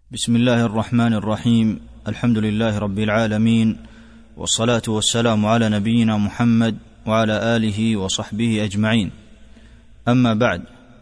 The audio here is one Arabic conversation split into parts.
بسم الله الرحمن الرحيم. الحمد لله رب العالمين، والصلاة والسلام على نبينا محمد وعلى آله وصحبه أجمعين. أما بعد،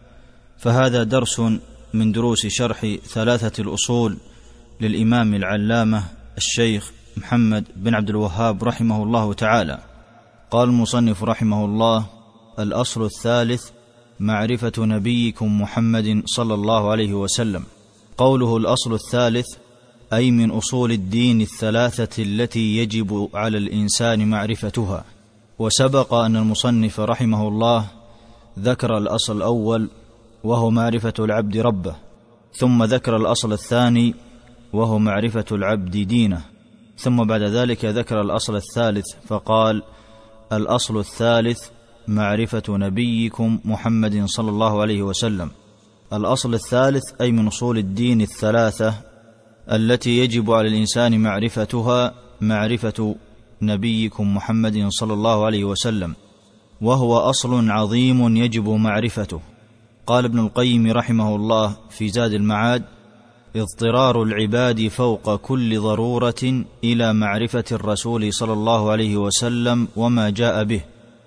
فهذا درس من دروس شرح ثلاثة الأصول للإمام العلامة الشيخ محمد بن عبد الوهاب رحمه الله تعالى. قال المصنف رحمه الله: الأصل الثالث معرفة نبيكم محمد صلى الله عليه وسلم. قوله الأصل الثالث أي من أصول الدين الثلاثة التي يجب على الإنسان معرفتها. وسبق أن المصنف رحمه الله ذكر الأصل الأول وهو معرفة العبد ربه، ثم ذكر الأصل الثاني وهو معرفة العبد دينه، ثم بعد ذلك ذكر الأصل الثالث فقال: الأصل الثالث معرفة نبيكم محمد صلى الله عليه وسلم. الأصل الثالث أي من أصول الدين الثلاثة التي يجب على الإنسان معرفتها معرفة نبيكم محمد صلى الله عليه وسلم، وهو أصل عظيم يجب معرفته. قال ابن القيم رحمه الله في زاد المعاد: اضطرار العباد فوق كل ضرورة إلى معرفة الرسول صلى الله عليه وسلم وما جاء به،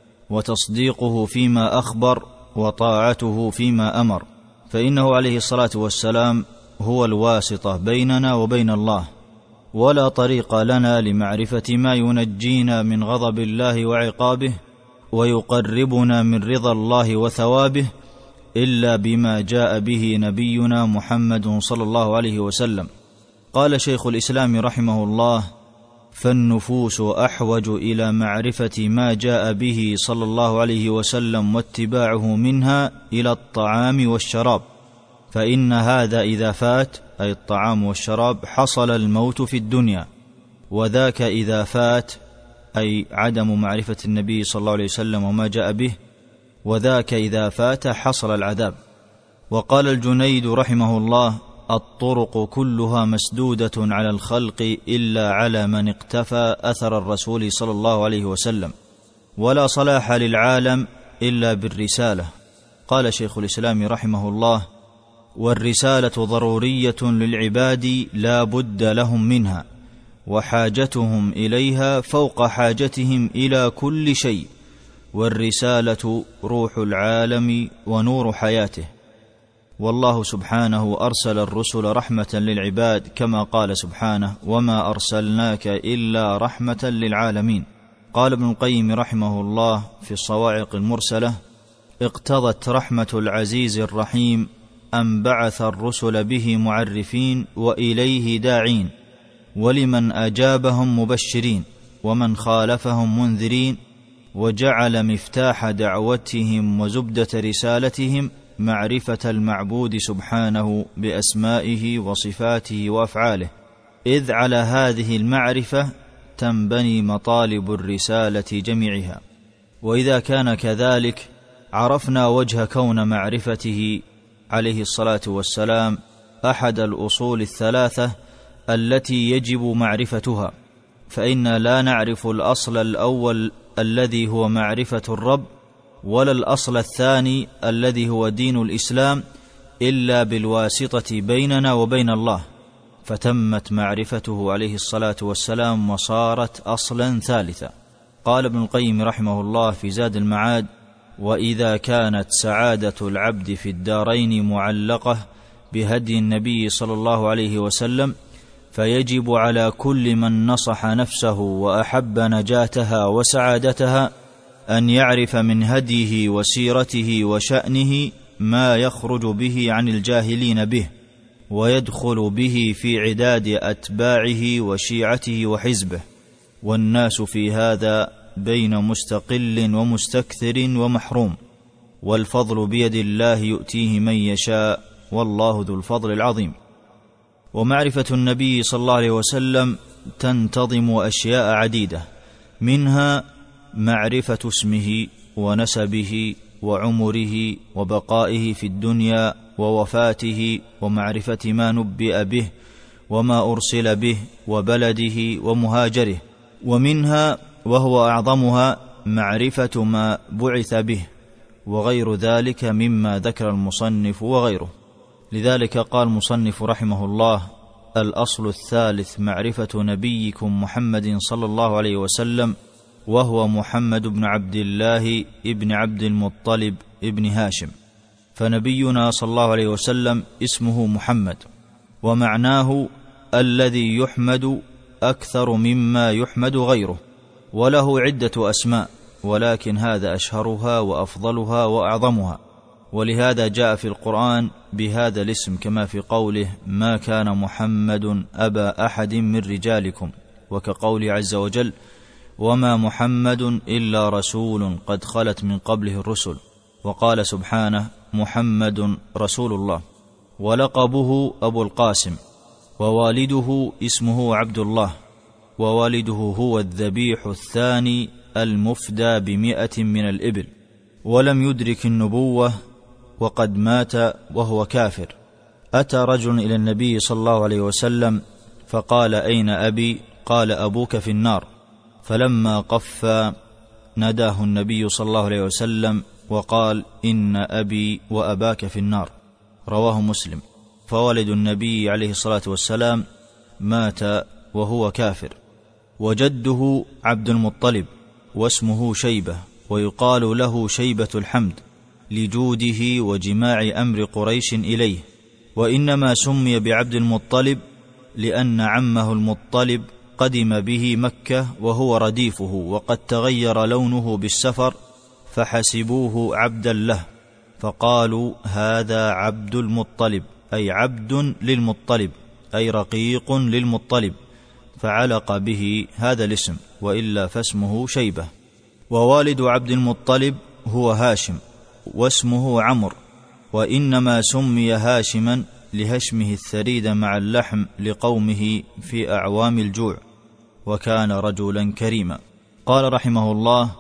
وتصديقه فيما أخبر، وطاعته فيما أمر، فإنه عليه الصلاة والسلام هو الواسطة بيننا وبين الله، ولا طريق لنا لمعرفة ما ينجينا من غضب الله وعقابه ويقربنا من رضا الله وثوابه إلا بما جاء به نبينا محمد صلى الله عليه وسلم. قال شيخ الإسلام رحمه الله: فالنفوس أحوج إلى معرفة ما جاء به صلى الله عليه وسلم واتباعه منها إلى الطعام والشراب، فإن هذا إذا فات، أي الطعام والشراب، حصل الموت في الدنيا، وذاك إذا فات، أي عدم معرفة النبي صلى الله عليه وسلم وما جاء به، وذاك إذا فات حصل العذاب. وقال الجنيد رحمه الله: الطرق كلها مسدودة على الخلق إلا على من اقتفى أثر الرسول صلى الله عليه وسلم، ولا صلاح للعالم إلا بالرسالة. قال شيخ الإسلام رحمه الله: والرسالة ضرورية للعباد لا بد لهم منها، وحاجتهم إليها فوق حاجتهم إلى كل شيء، والرسالة روح العالم ونور حياته. والله سبحانه أرسل الرسل رحمة للعباد، كما قال سبحانه: وما أرسلناك إلا رحمة للعالمين. قال ابن القيم رحمه الله في الصواعق المرسلة: اقتضت رحمة العزيز الرحيم أن بعث الرسل به معرفين وإليه داعين، ولمن أجابهم مبشرين، ومن خالفهم منذرين، وجعل مفتاح دعوتهم وزبدة رسالتهم معرفة المعبود سبحانه بأسمائه وصفاته وأفعاله، إذ على هذه المعرفة تنبني مطالب الرسالة جميعها. وإذا كان كذلك عرفنا وجه كون معرفته عليه الصلاة والسلام أحد الأصول الثلاثة التي يجب معرفتها، فإن لا نعرف الأصل الأول الذي هو معرفة الرب، ولا الأصل الثاني الذي هو دين الإسلام، إلا بالواسطة بيننا وبين الله، فتمت معرفته عليه الصلاة والسلام وصارت أصلا ثالثا. قال ابن القيم رحمه الله في زاد المعاد: وإذا كانت سعادة العبد في الدارين معلقة بهدي النبي صلى الله عليه وسلم، فيجب على كل من نصح نفسه وأحب نجاتها وسعادتها أن يعرف من هديه وسيرته وشأنه ما يخرج به عن الجاهلين به، ويدخل به في عداد أتباعه وشيعته وحزبه. والناس في هذا بين مستقل ومستكثر ومحروم، والفضل بيد الله يؤتيه من يشاء، والله ذو الفضل العظيم. ومعرفة النبي صلى الله عليه وسلم تنتظم أشياء عديدة، منها معرفة اسمه ونسبه وعمره وبقائه في الدنيا ووفاته، ومعرفة ما نبئ به وما أرسل به وبلده ومهاجره، ومنها وهو أعظمها معرفة ما بعث به، وغير ذلك مما ذكر المصنف وغيره. لذلك قال المصنف رحمه الله: الأصل الثالث معرفة نبيكم محمد صلى الله عليه وسلم، وهو محمد بن عبد الله ابن عبد المطلب ابن هاشم. فنبينا صلى الله عليه وسلم اسمه محمد، ومعناه الذي يحمد أكثر مما يحمد غيره، وله عدة أسماء، ولكن هذا أشهرها وأفضلها وأعظمها، ولهذا جاء في القرآن بهذا الاسم، كما في قوله: ما كان محمد أبا أحد من رجالكم، وكقوله عز وجل: وما محمد إلا رسول قد خلت من قبله الرسل. وقال سبحانه: محمد رسول الله. ولقبه أبو القاسم، ووالده اسمه عبد الله، ووالده هو الذبيح الثاني المفدى ب100 من الإبل، ولم يدرك النبوة وقد مات وهو كافر. أتى رجل إلى النبي صلى الله عليه وسلم فقال: أين أبي؟ قال: أبوك في النار. فلما قف ناداه النبي صلى الله عليه وسلم وقال: إن أبي وأباك في النار. رواه مسلم. فوالد النبي عليه الصلاة والسلام مات وهو كافر. وجده عبد المطلب، واسمه شيبة، ويقال له شيبة الحمد لجوده وجماع أمر قريش إليه. وإنما سمي بعبد المطلب لأن عمه المطلب قدم به مكة وهو رديفه، وقد تغير لونه بالسفر فحسبوه عبدا له، فقالوا: هذا عبد المطلب، أي عبد للمطلب، أي رقيق للمطلب، فعلق به هذا الاسم، وإلا فاسمه شيبة. ووالد عبد المطلب هو هاشم، واسمه عمرو، وإنما سمي هاشما لهشمه الثريد مع اللحم لقومه في أعوام الجوع، وكان رجلا كريما. قال رحمه الله: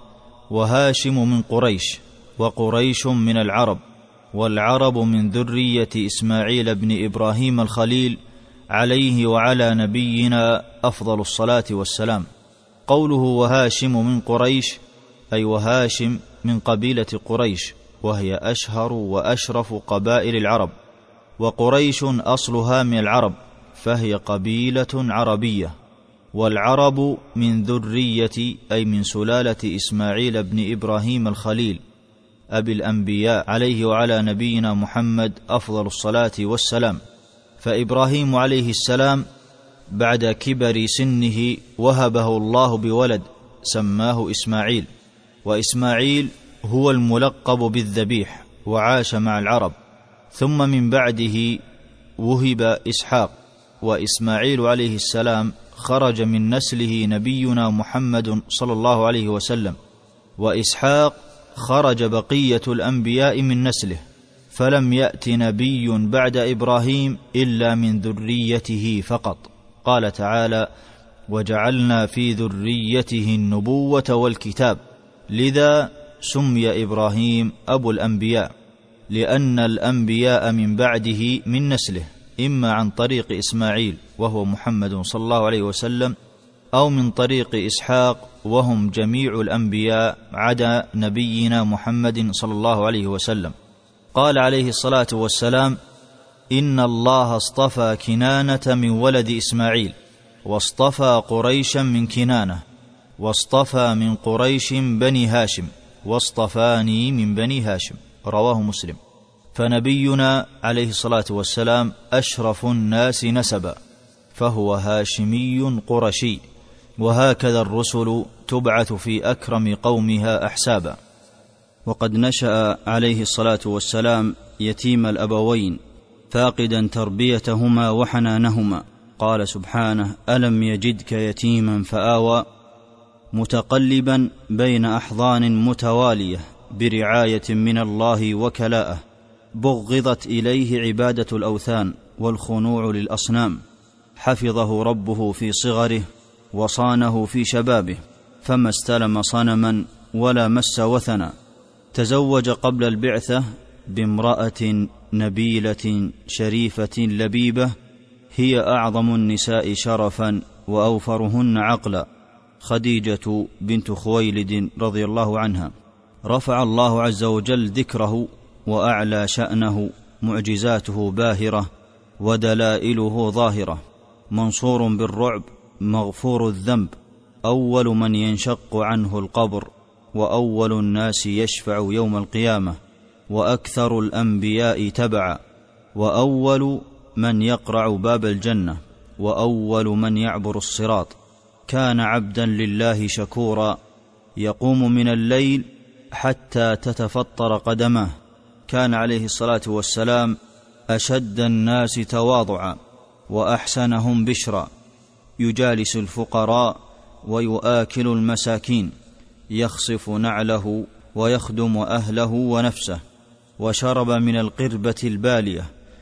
وهاشم من قريش، وقريش من العرب، والعرب من ذرية إسماعيل بن إبراهيم الخليل عليه وعلى نبينا أفضل الصلاة والسلام. قوله وهاشم من قريش أي وهاشم من قبيلة قريش، وهي أشهر وأشرف قبائل العرب، وقريش أصلها من العرب، فهي قبيلة عربية. والعرب من ذرية أي من سلالة إسماعيل بن إبراهيم الخليل أبي الأنبياء عليه وعلى نبينا محمد أفضل الصلاة والسلام. فإبراهيم عليه السلام بعد كبر سنه وهبه الله بولد سماه إسماعيل، وإسماعيل هو الملقب بالذبيح، وعاش مع العرب. ثم من بعده وهب إسحاق، وإسماعيل عليه السلام خرج من نسله نبينا محمد صلى الله عليه وسلم، وإسحاق خرج بقية الأنبياء من نسله، فلم يأت نبي بعد إبراهيم إلا من ذريته فقط. قال تعالى: وجعلنا في ذريته النبوة والكتاب، لذا سمي إبراهيم أبو الأنبياء، لأن الأنبياء من بعده من نسله، إما عن طريق إسماعيل وهو محمد صلى الله عليه وسلم، أو من طريق إسحاق وهم جميع الأنبياء عدا نبينا محمد صلى الله عليه وسلم. قال عليه الصلاة والسلام: إن الله اصطفى كنانة من ولد إسماعيل، واصطفى قريشا من كنانة، واصطفى من قريش بني هاشم، واصطفاني من بني هاشم. رواه مسلم. فنبينا عليه الصلاة والسلام أشرف الناس نسبا، فهو هاشمي قرشي، وهكذا الرسل تبعث في أكرم قومها أحسابا. وقد نشأ عليه الصلاة والسلام يتيم الأبوين، فاقدا تربيتهما وحنانهما. قال سبحانه: ألم يجدك يتيما فآوى، متقلبا بين أحضان متوالية برعاية من الله وكلاءه، بغضت إليه عبادة الأوثان والخنوع للأصنام، حفظه ربه في صغره وصانه في شبابه، فما استلم صنما ولا مس وثنا. تزوج قبل البعثة بامرأة نبيلة شريفة لبيبة، هي أعظم النساء شرفا وأوفرهن عقلا، خديجة بنت خويلد رضي الله عنها. رفع الله عز وجل ذكره وأعلى شأنه، معجزاته باهرة ودلائله ظاهرة، منصور بالرعب مغفور الذنب، أول من ينشق عنه القبر، وأول الناس يشفع يوم القيامة، وأكثر الأنبياء تبعا، وأول من يقرع باب الجنة، وأول من يعبر الصراط. كان عبدا لله شكورا، يقوم من الليل حتى تتفطر قدماه. كان عليه الصلاة والسلام أشد الناس تواضعا وأحسنهم بشرا، يجالس الفقراء ويؤاكل المساكين، يخصف نعله ويخدم أهله ونفسه، وشرب من القربة البالية،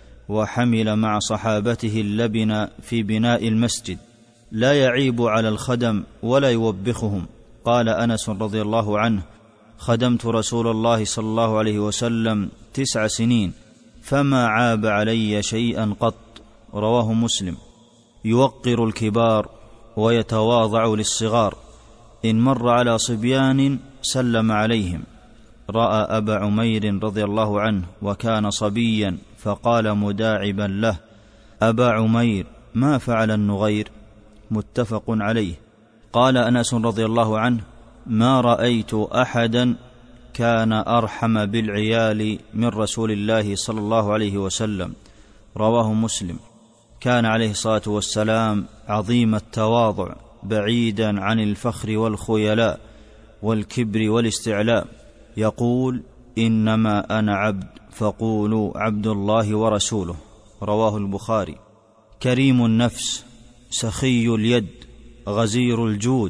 وحمل مع صحابته اللبن في بناء المسجد، لا يعيب على الخدم ولا يوبخهم. قال أنس رضي الله عنه: خدمت رسول الله صلى الله عليه وسلم 9 سنين فما عاب علي شيئا قط. رواه مسلم. يوقر الكبار ويتواضع للصغار، إن مر على صبيان سلم عليهم. رأى أبا عمير رضي الله عنه وكان صبيا فقال مداعبا له: أبا عمير، ما فعل النغير؟ متفق عليه. قال أنس رضي الله عنه: ما رأيت أحدا كان أرحم بالعيال من رسول الله صلى الله عليه وسلم. رواه مسلم. كان عليه الصلاة والسلام عظيم التواضع، بعيدا عن الفخر والخيلاء والكبر والاستعلاء. يقول: إنما أنا عبد فقولوا عبد الله ورسوله. رواه البخاري. كريم النفس، سخي اليد، غزير الجود،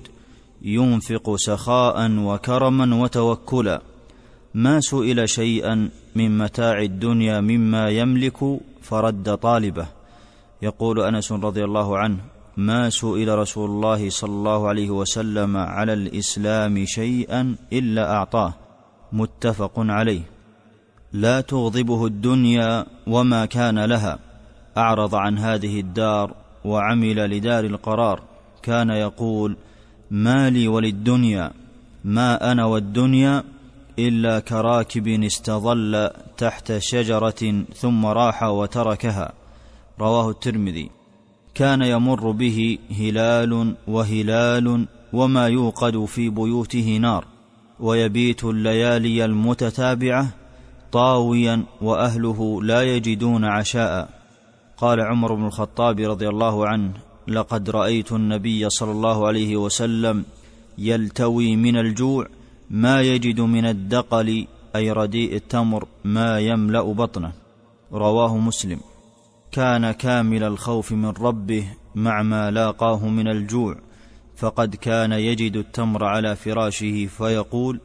ينفق سخاء وكرما وتوكلا، ما سئل شيئا من متاع الدنيا مما يملك فرد طالبه. يقول أنس رضي الله عنه: ما سئل رسول الله صلى الله عليه وسلم على الإسلام شيئا إلا أعطاه. متفق عليه. لا تغضبه الدنيا وما كان لها، أعرض عن هذه الدار وعمل لدار القرار. كان يقول: ما لي وللدنيا، ما أنا والدنيا إلا كراكب استظل تحت شجرة ثم راح وتركها. رواه الترمذي. كان يمر به هلال وهلال وما يوقد في بيوته نار، ويبيت الليالي المتتابعة طاويا وأهله لا يجدون عشاء. قال عمر بن الخطاب رضي الله عنه: لقد رأيت النبي صلى الله عليه وسلم يلتوي من الجوع ما يجد من الدقل، أي رديء التمر، ما يملأ بطنه. رواه مسلم. كان كامل الخوف من ربه مع ما لاقاه من الجوع، فقد كان يجد التمر على فراشه فيقول: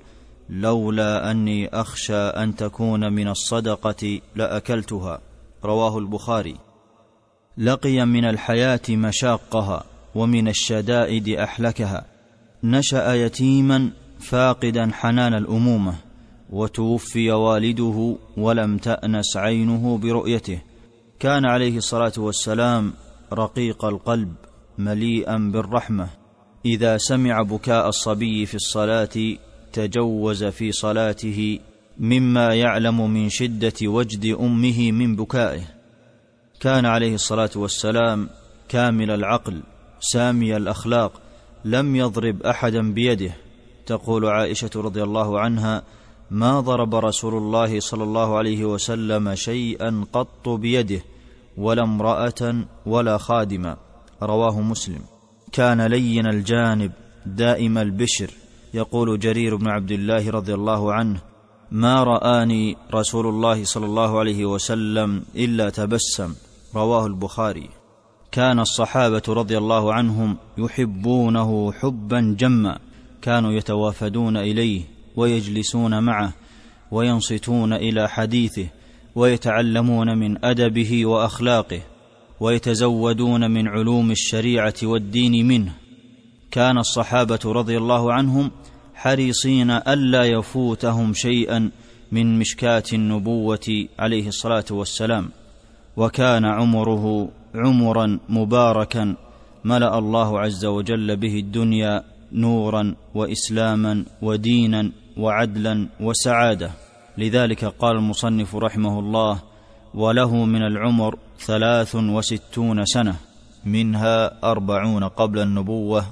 لولا أني أخشى أن تكون من الصدقة لأكلتها. رواه البخاري. لقي من الحياة مشاقها ومن الشدائد أحلكها. نشأ يتيما فاقدا حنان الأمومة، وتوفي والده ولم تأنس عينه برؤيته. كان عليه الصلاة والسلام رقيق القلب مليئا بالرحمة، إذا سمع بكاء الصبي في الصلاة تجوز في صلاته مما يعلم من شدة وجد أمه من بكائه. كان عليه الصلاة والسلام كامل العقل سامي الأخلاق، لم يضرب أحدا بيده. تقول عائشة رضي الله عنها: ما ضرب رسول الله صلى الله عليه وسلم شيئا قط بيده، ولا امرأة ولا خادما. رواه مسلم. كان لين الجانب دائم البشر. يقول جرير بن عبد الله رضي الله عنه: ما رآني رسول الله صلى الله عليه وسلم إلا تبسم. رواه البخاري. كان الصحابة رضي الله عنهم يحبونه حبا جما، كانوا يتوافدون إليه ويجلسون معه وينصتون إلى حديثه، ويتعلمون من أدبه وأخلاقه، ويتزودون من علوم الشريعة والدين منه. كان الصحابة رضي الله عنهم حريصين ألا يفوتهم شيئا من مشكاة النبوة عليه الصلاة والسلام. وكان عمره عمرا مباركا ملأ الله عز وجل به الدنيا نورا وإسلاما ودينا وعدلا وسعادة. لذلك قال المصنف رحمه الله: وله من العمر 63 سنة. منها 40 قبل النبوة،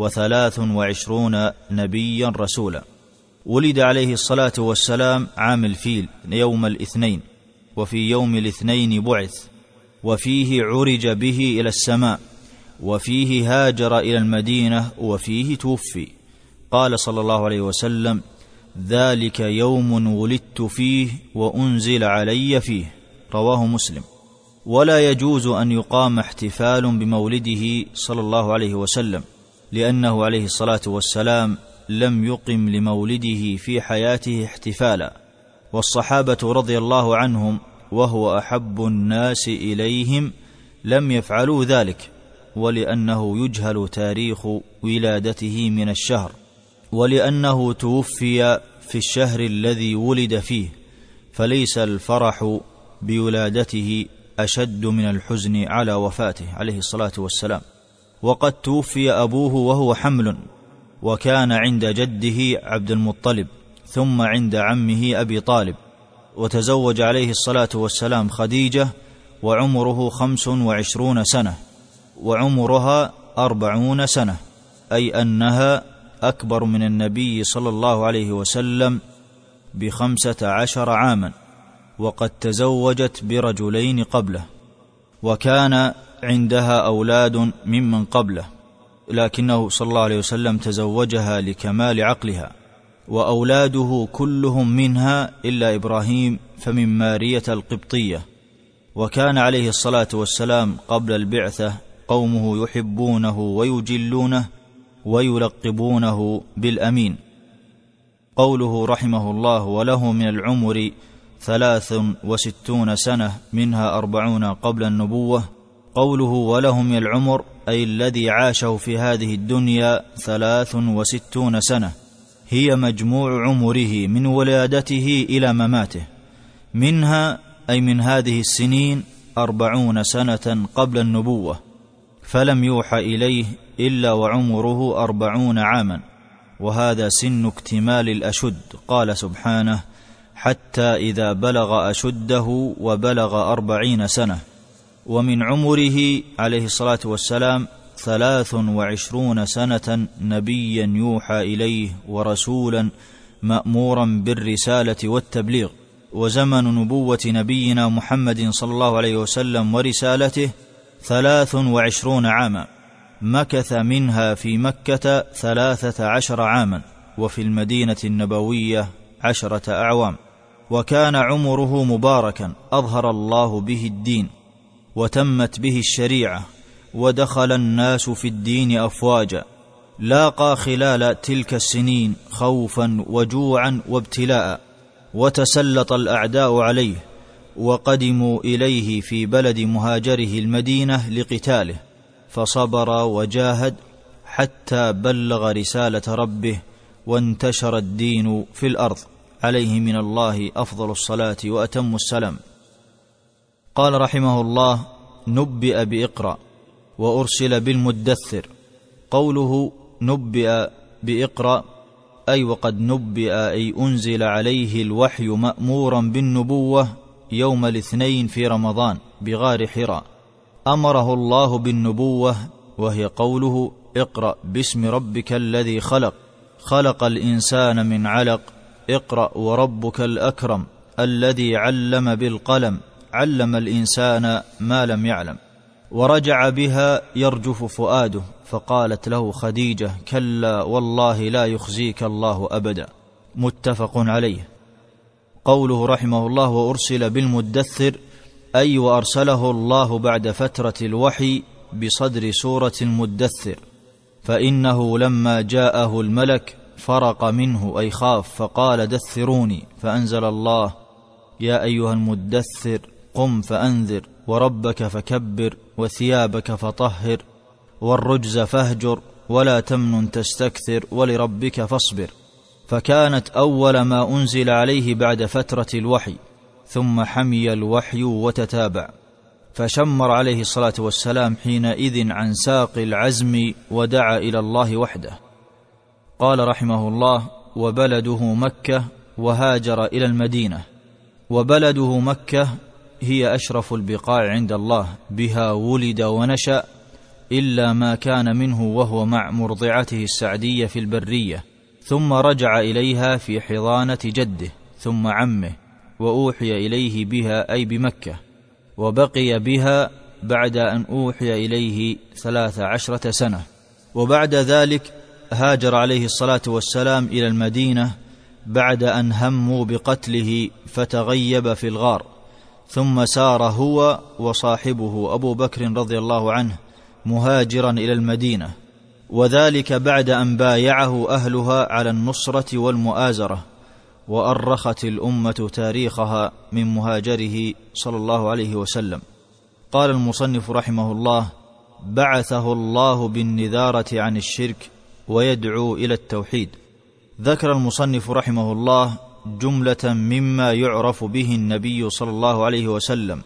23 نبيا رسولا. ولد عليه الصلاة والسلام عام الفيل يوم الاثنين، وفي يوم الاثنين بعث، وفيه عرج به إلى السماء، وفيه هاجر إلى المدينة، وفيه توفي. قال صلى الله عليه وسلم: ذلك يوم ولدت فيه وأنزل علي فيه. رواه مسلم. ولا يجوز أن يقام احتفال بمولده صلى الله عليه وسلم، لأنه عليه الصلاة والسلام لم يقم لمولده في حياته احتفالا، والصحابة رضي الله عنهم وهو أحب الناس إليهم لم يفعلوا ذلك، ولأنه يجهل تاريخ ولادته من الشهر، ولأنه توفي في الشهر الذي ولد فيه، فليس الفرح بولادته أشد من الحزن على وفاته عليه الصلاة والسلام. وقد توفي أبوه وهو حمل، وكان عند جده عبد المطلب، ثم عند عمه أبي طالب، وتزوج عليه الصلاة والسلام خديجة وعمره 25 سنة، وعمرها 40 سنة، أي أنها أكبر من النبي صلى الله عليه وسلم ب15 عاما، وقد تزوجت برجلين قبله، وكان عندها أولاد ممن قبله، لكنه صلى الله عليه وسلم تزوجها لكمال عقلها، وأولاده كلهم منها إلا إبراهيم فمن مارية القبطية. وكان عليه الصلاة والسلام قبل البعثة قومه يحبونه ويجلونه ويلقبونه بالأمين. قوله رحمه الله: وله من العمر 63 سنة منها 40 قبل النبوة. قوله وله من العمر أي الذي عاشه في هذه الدنيا 63 سنة، هي مجموع عمره من ولادته إلى مماته، منها أي من هذه السنين 40 سنة قبل النبوة، فلم يوحى إليه إلا وعمره 40 عاما، وهذا سن اكتمال الأشد. قال سبحانه: حتى إذا بلغ أشده وبلغ 40 سنة. ومن عمره عليه الصلاة والسلام 23 سنة نبيا يوحى إليه ورسولا مأمورا بالرسالة والتبليغ. وزمن نبوة نبينا محمد صلى الله عليه وسلم ورسالته 23 عاما، مكث منها في مكة 13 عاما، وفي المدينة النبوية 10 أعوام. وكان عمره مباركا، أظهر الله به الدين وتمت به الشريعة، ودخل الناس في الدين أفواجا. لاقى خلال تلك السنين خوفا وجوعا وابتلاء، وتسلط الأعداء عليه، وقدموا إليه في بلد مهاجره المدينة لقتاله، فصبر وجاهد حتى بلغ رسالة ربه، وانتشر الدين في الأرض، عليه من الله أفضل الصلاة وأتم السلام. قال رحمه الله: نبئ بإقرأ وأرسل بالمدثر. قوله نبئ بإقرأ أي وقد نبئ أي أنزل عليه الوحي مأمورا بالنبوة يوم الاثنين في رمضان بغار حراء، أمره الله بالنبوة، وهي قوله: اقرأ باسم ربك الذي خلق، خلق الإنسان من علق، اقرأ وربك الأكرم الذي علم بالقلم، علم الإنسان ما لم يعلم. ورجع بها يرجف فؤاده، فقالت له خديجة: كلا والله لا يخزيك الله أبدا. متفق عليه. قوله رحمه الله: وأرسل بالمدثر أي وأرسله الله بعد فترة الوحي بصدر سورة المدثر، فإنه لما جاءه الملك فرق منه أي خاف، فقال: دثروني، فأنزل الله: يا أيها المدثر قم فأنذر، وربك فكبر، وثيابك فطهر، والرجز فاهجر، ولا تمنن تستكثر، ولربك فاصبر. فكانت أول ما أنزل عليه بعد فترة الوحي، ثم حمي الوحي وتتابع، فشمر عليه الصلاة والسلام حينئذ عن ساق العزم، ودعا إلى الله وحده. قال رحمه الله: وبلده مكة، وهاجر إلى المدينة. وبلده مكة هي أشرف البقاع عند الله، بها ولد ونشأ، إلا ما كان منه وهو مع مرضعته السعدية في البرية، ثم رجع إليها في حضانة جده ثم عمه، وأوحي إليه بها أي بمكة، وبقي بها بعد أن أوحي إليه 13 سنة. وبعد ذلك هاجر عليه الصلاة والسلام إلى المدينة بعد أن هموا بقتله، فتغيب في الغار، ثم سار هو وصاحبه أبو بكر رضي الله عنه مهاجرا إلى المدينة، وذلك بعد أن بايعه أهلها على النصرة والمؤازرة، وأرخت الأمة تاريخها من مهاجره صلى الله عليه وسلم. قال المصنف رحمه الله: بعثه الله بالنذارة عن الشرك ويدعو إلى التوحيد. ذكر المصنف رحمه الله جملة مما يعرف به النبي صلى الله عليه وسلم،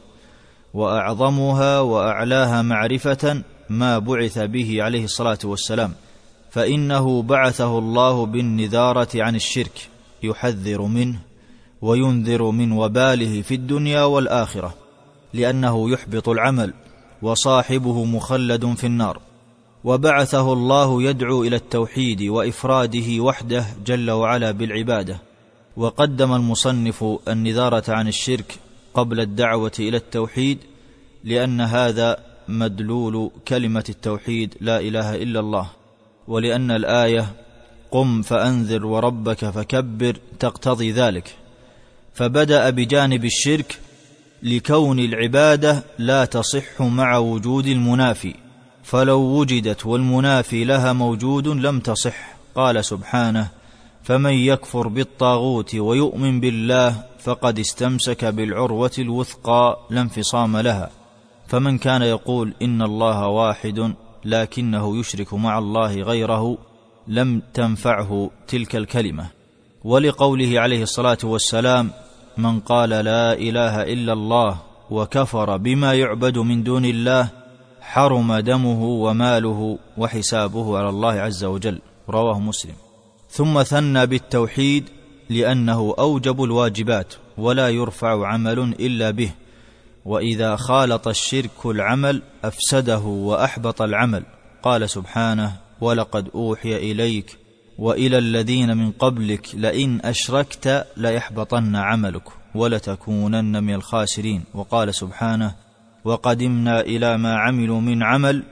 وأعظمها وأعلاها معرفة ما بعث به عليه الصلاة والسلام، فإنه بعثه الله بالنذارة عن الشرك، يحذر منه وينذر من وباله في الدنيا والآخرة، لأنه يحبط العمل وصاحبه مخلد في النار. وبعثه الله يدعو إلى التوحيد وإفراده وحده جل وعلا بالعبادة. وقدم المصنف النذارة عن الشرك قبل الدعوة إلى التوحيد، لأن هذا مدلول كلمة التوحيد لا إله إلا الله، ولأن الآية قم فأنذر وربك فكبر تقتضي ذلك، فبدأ بجانب الشرك لكون العبادة لا تصح مع وجود المنافي، فلو وجدت والمنافي لها موجود لم تصح. قال سبحانه: فمن يكفر بالطاغوت ويؤمن بالله فقد استمسك بالعروة الوثقى لا انفصام لها. فمن كان يقول إن الله واحد لكنه يشرك مع الله غيره لم تنفعه تلك الكلمة. ولقوله عليه الصلاة والسلام: من قال لا إله إلا الله وكفر بما يعبد من دون الله حرم دمه وماله وحسابه على الله عز وجل. رواه مسلم. ثم ثنى بالتوحيد لأنه أوجب الواجبات، ولا يرفع عمل إلا به، وإذا خالط الشرك العمل أفسده وأحبط العمل. قال سبحانه: ولقد أوحي إليك وإلى الذين من قبلك لئن أشركت ليحبطن عملك ولتكونن من الخاسرين. وقال سبحانه: وقدمنا إلى ما عملوا من عمل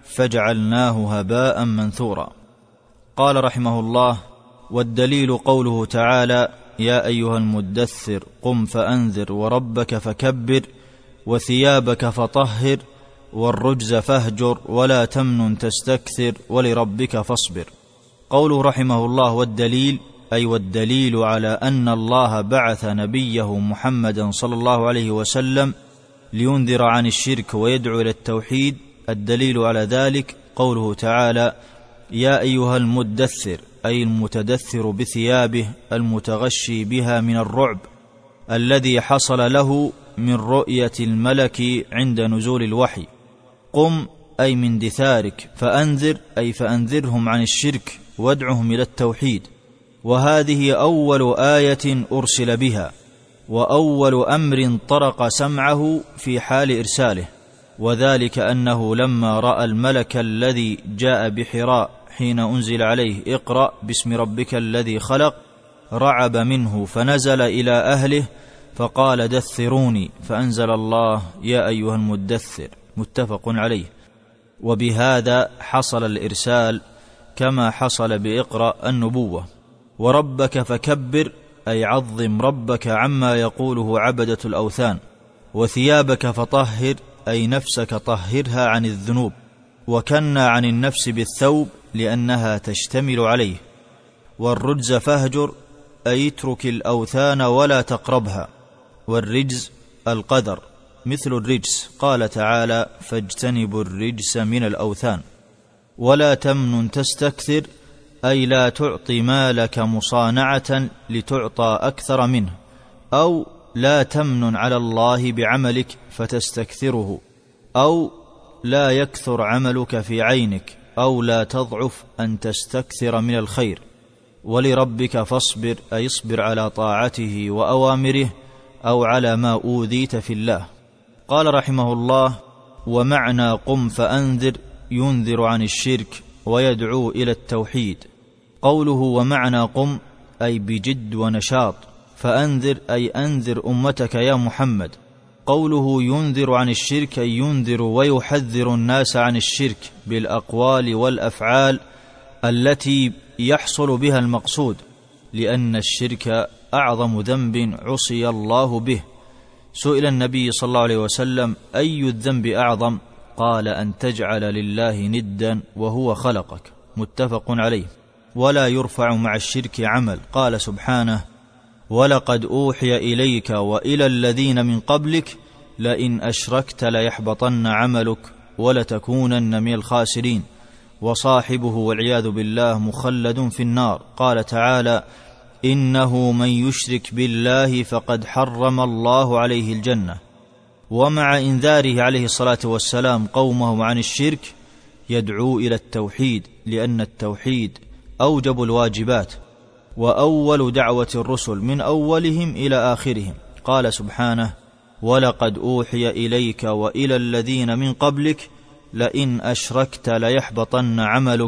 فجعلناه هباء منثورا. قال رحمه الله: والدليل قوله تعالى: يا أيها المدثر قم فأنذر وربك فكبر وثيابك فطهر والرجز فاهجر ولا تمنن تستكثر ولربك فاصبر. قوله رحمه الله: والدليل، أي والدليل على أن الله بعث نبيه محمدا صلى الله عليه وسلم لينذر عن الشرك ويدعو إلى التوحيد. الدليل على ذلك قوله تعالى: يا أيها المدثر، أي المتدثر بثيابه المتغشي بها من الرعب الذي حصل له من رؤية الملك عند نزول الوحي. قم، أي من دثارك. فأنذر، أي فأنذرهم عن الشرك وادعهم إلى التوحيد. وهذه أول آية أرسل بها، وأول أمر طرق سمعه في حال إرساله، وذلك أنه لما رأى الملك الذي جاء بحراء حين أنزل عليه اقرأ باسم ربك الذي خلق رعب منه، فنزل إلى أهله فقال: دثروني، فأنزل الله: يا أيها المدثر. متفق عليه. وبهذا حصل الإرسال كما حصل بإقرأ النبوة. وربك فكبر، أي عظم ربك عما يقوله عبدة الأوثان. وثيابك فطهر، أي نفسك طهرها عن الذنوب، وكنى عن النفس بالثوب لأنها تشتمل عليه. والرجز فاهجر، أي اترك الأوثان ولا تقربها. والرجز القدر مثل الرجس، قال تعالى: فاجتنبوا الرجس من الأوثان. ولا تمنن تستكثر، أي لا تعطي مالك مصانعة لتعطى أكثر منه، أو لا تمنن على الله بعملك فتستكثره، أو لا يكثر عملك في عينك، أو لا تضعف أن تستكثر من الخير. ولربك فاصبر، أي اصبر على طاعته وأوامره أو على ما أوذيت في الله. قال رحمه الله: ومعنى قم فأنذر ينذر عن الشرك ويدعو إلى التوحيد. قوله ومعنى قم أي بجد ونشاط، فأنذر أي أنذر أمتك يا محمد. قوله ينذر عن الشرك أي ينذر ويحذر الناس عن الشرك بالأقوال والأفعال التي يحصل بها المقصود، لأن الشرك أعظم ذنب عصي الله به. سئل النبي صلى الله عليه وسلم أي الذنب أعظم؟ قال أن تجعل لله ندا وهو خلقك، متفق عليه. ولا يرفع مع الشرك عمل. قال سبحانه ولقد أوحي إليك وإلى الذين من قبلك لئن أشركت ليحبطن عملك ولتكونن من الخاسرين. وصاحبه والعياذ بالله مخلد في النار. قال تعالى إنه من يشرك بالله فقد حرم الله عليه الجنة. ومع إنذاره عليه الصلاة والسلام قومه عن الشرك يدعو إلى التوحيد، لأن التوحيد أوجب الواجبات وأول دعوة الرسل من أولهم إلى آخرهم. قال سبحانه ولقد أوحي إليك وإلى الذين من قبلك لئن أشركت ليحبطن عملك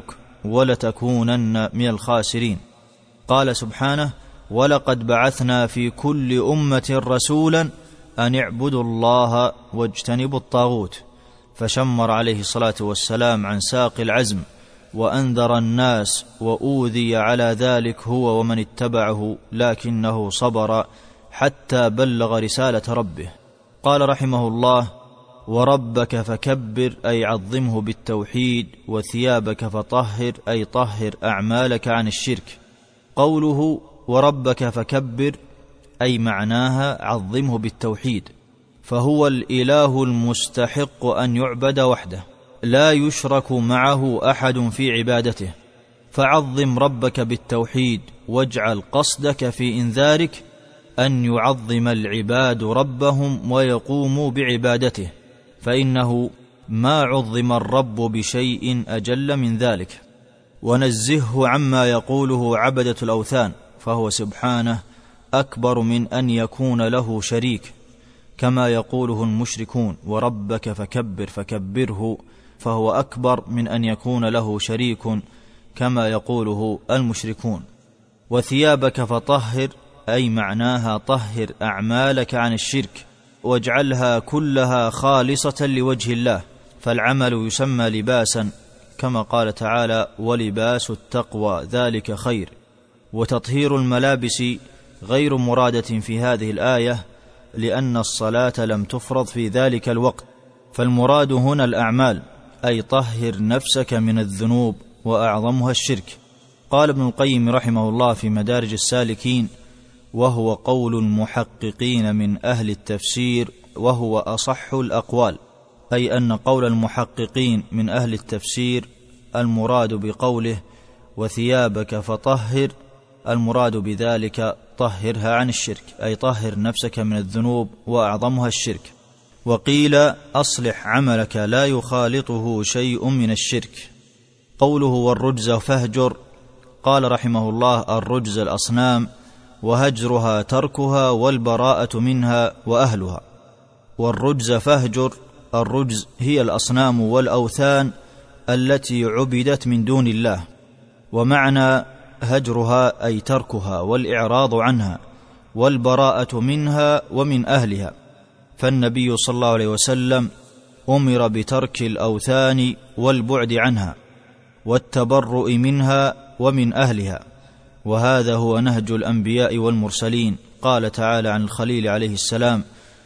ولتكونن من الخاسرين. قال سبحانه ولقد بعثنا في كل أمة رسولا أن اعبدوا الله واجتنبوا الطاغوت، فشمر عليه الصلاة والسلام عن ساق العزم وأنذر الناس وأوذي على ذلك هو ومن اتبعه، لكنه صبر حتى بلغ رسالة ربه. قال رحمه الله وربك فكبر أي عظمه بالتوحيد، وثيابك فطهر أي طهر أعمالك عن الشرك. قوله وربك فكبر أي معناها عظمه بالتوحيد، فهو الإله المستحق أن يعبد وحده لا يشرك معه أحد في عبادته، فعظم ربك بالتوحيد واجعل قصدك في إنذارك أن يعظم العباد ربهم ويقوموا بعبادته، فإنه ما عظم الرب بشيء أجل من ذلك. ونزهه عما يقوله عبدة الأوثان، فهو سبحانه أكبر من أن يكون له شريك كما يقوله المشركون، وربك فكبر فكبره، فهو أكبر من أن يكون له شريك كما يقوله المشركون. وثيابك فطهر أي معناها طهر أعمالك عن الشرك واجعلها كلها خالصة لوجه الله، فالعمل يسمى لباسا كما قال تعالى ولباس التقوى ذلك خير. وتطهير الملابس غير مرادة في هذه الآية، لأن الصلاة لم تفرض في ذلك الوقت، فالمراد هنا الأعمال، أي طهر نفسك من الذنوب وأعظمها الشرك. قال ابن القيم رحمه الله في مدارج السالكين وهو قول المحققين من أهل التفسير وهو أصح الأقوال، أي أن قول المحققين من أهل التفسير المراد بقوله وثيابك فطهر، المراد بذلك طهرها عن الشرك، أي طهر نفسك من الذنوب وأعظمها الشرك. وقيل أصلح عملك لا يخالطه شيء من الشرك. قوله والرجز فاهجر، قال رحمه الله الرجز الأصنام، وهجرها تركها والبراءة منها وأهلها. والرجز فاهجر، الرجز هي الأصنام والأوثان التي عبدت من دون الله، ومعنى هجرها أي تركها والإعراض عنها والبراءة منها ومن أهلها. فالنبي صلى الله عليه وسلم أمر بترك الأوثان والبعد عنها والتبرؤ منها ومن أهلها، وهذا هو نهج الأنبياء والمرسلين. قال تعالى عن الخليل عليه السلام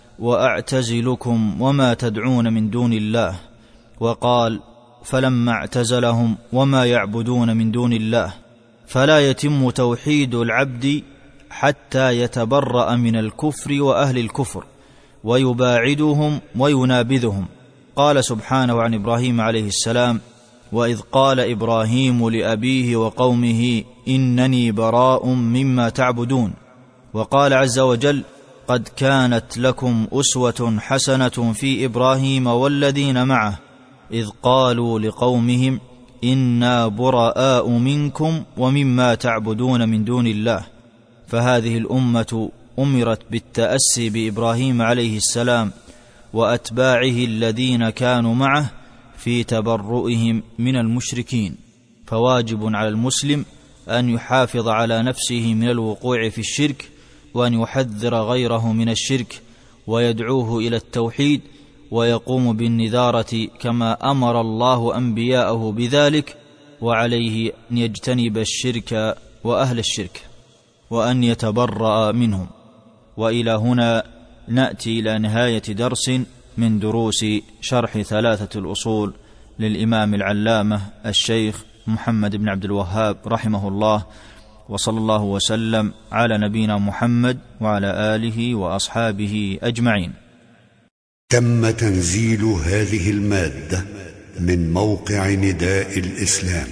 وأعتزلكم وما تدعون من دون الله، وقال فلما اعتزلهم وما يعبدون من دون الله. فلا يتم توحيد العبد حتى يتبرأ من الكفر وأهل الكفر ويباعدهم وينابذهم. قال سبحانه عن إبراهيم عليه السلام وإذ قال إبراهيم لأبيه وقومه إنني براء مما تعبدون. وقال عز وجل قد كانت لكم أسوة حسنة في إبراهيم والذين معه إذ قالوا لقومهم إنا براء منكم ومما تعبدون من دون الله. فهذه الأمة أمرت بالتأسي بإبراهيم عليه السلام وأتباعه الذين كانوا معه في تبرؤهم من المشركين، فواجب على المسلم أن يحافظ على نفسه من الوقوع في الشرك، وأن يحذر غيره من الشرك ويدعوه إلى التوحيد، ويقوم بالنذارة كما أمر الله أنبياءه بذلك، وعليه أن يجتنب الشرك وأهل الشرك وأن يتبرأ منهم. وإلى هنا نأتي إلى نهاية درس من دروس شرح 3 الأصول للإمام العلامة الشيخ محمد بن عبد الوهاب رحمه الله، وصلى الله وسلم على نبينا محمد وعلى آله وأصحابه أجمعين. تم تنزيل هذه المادة من موقع نداء الإسلام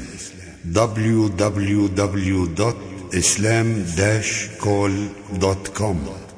www.islam-call.com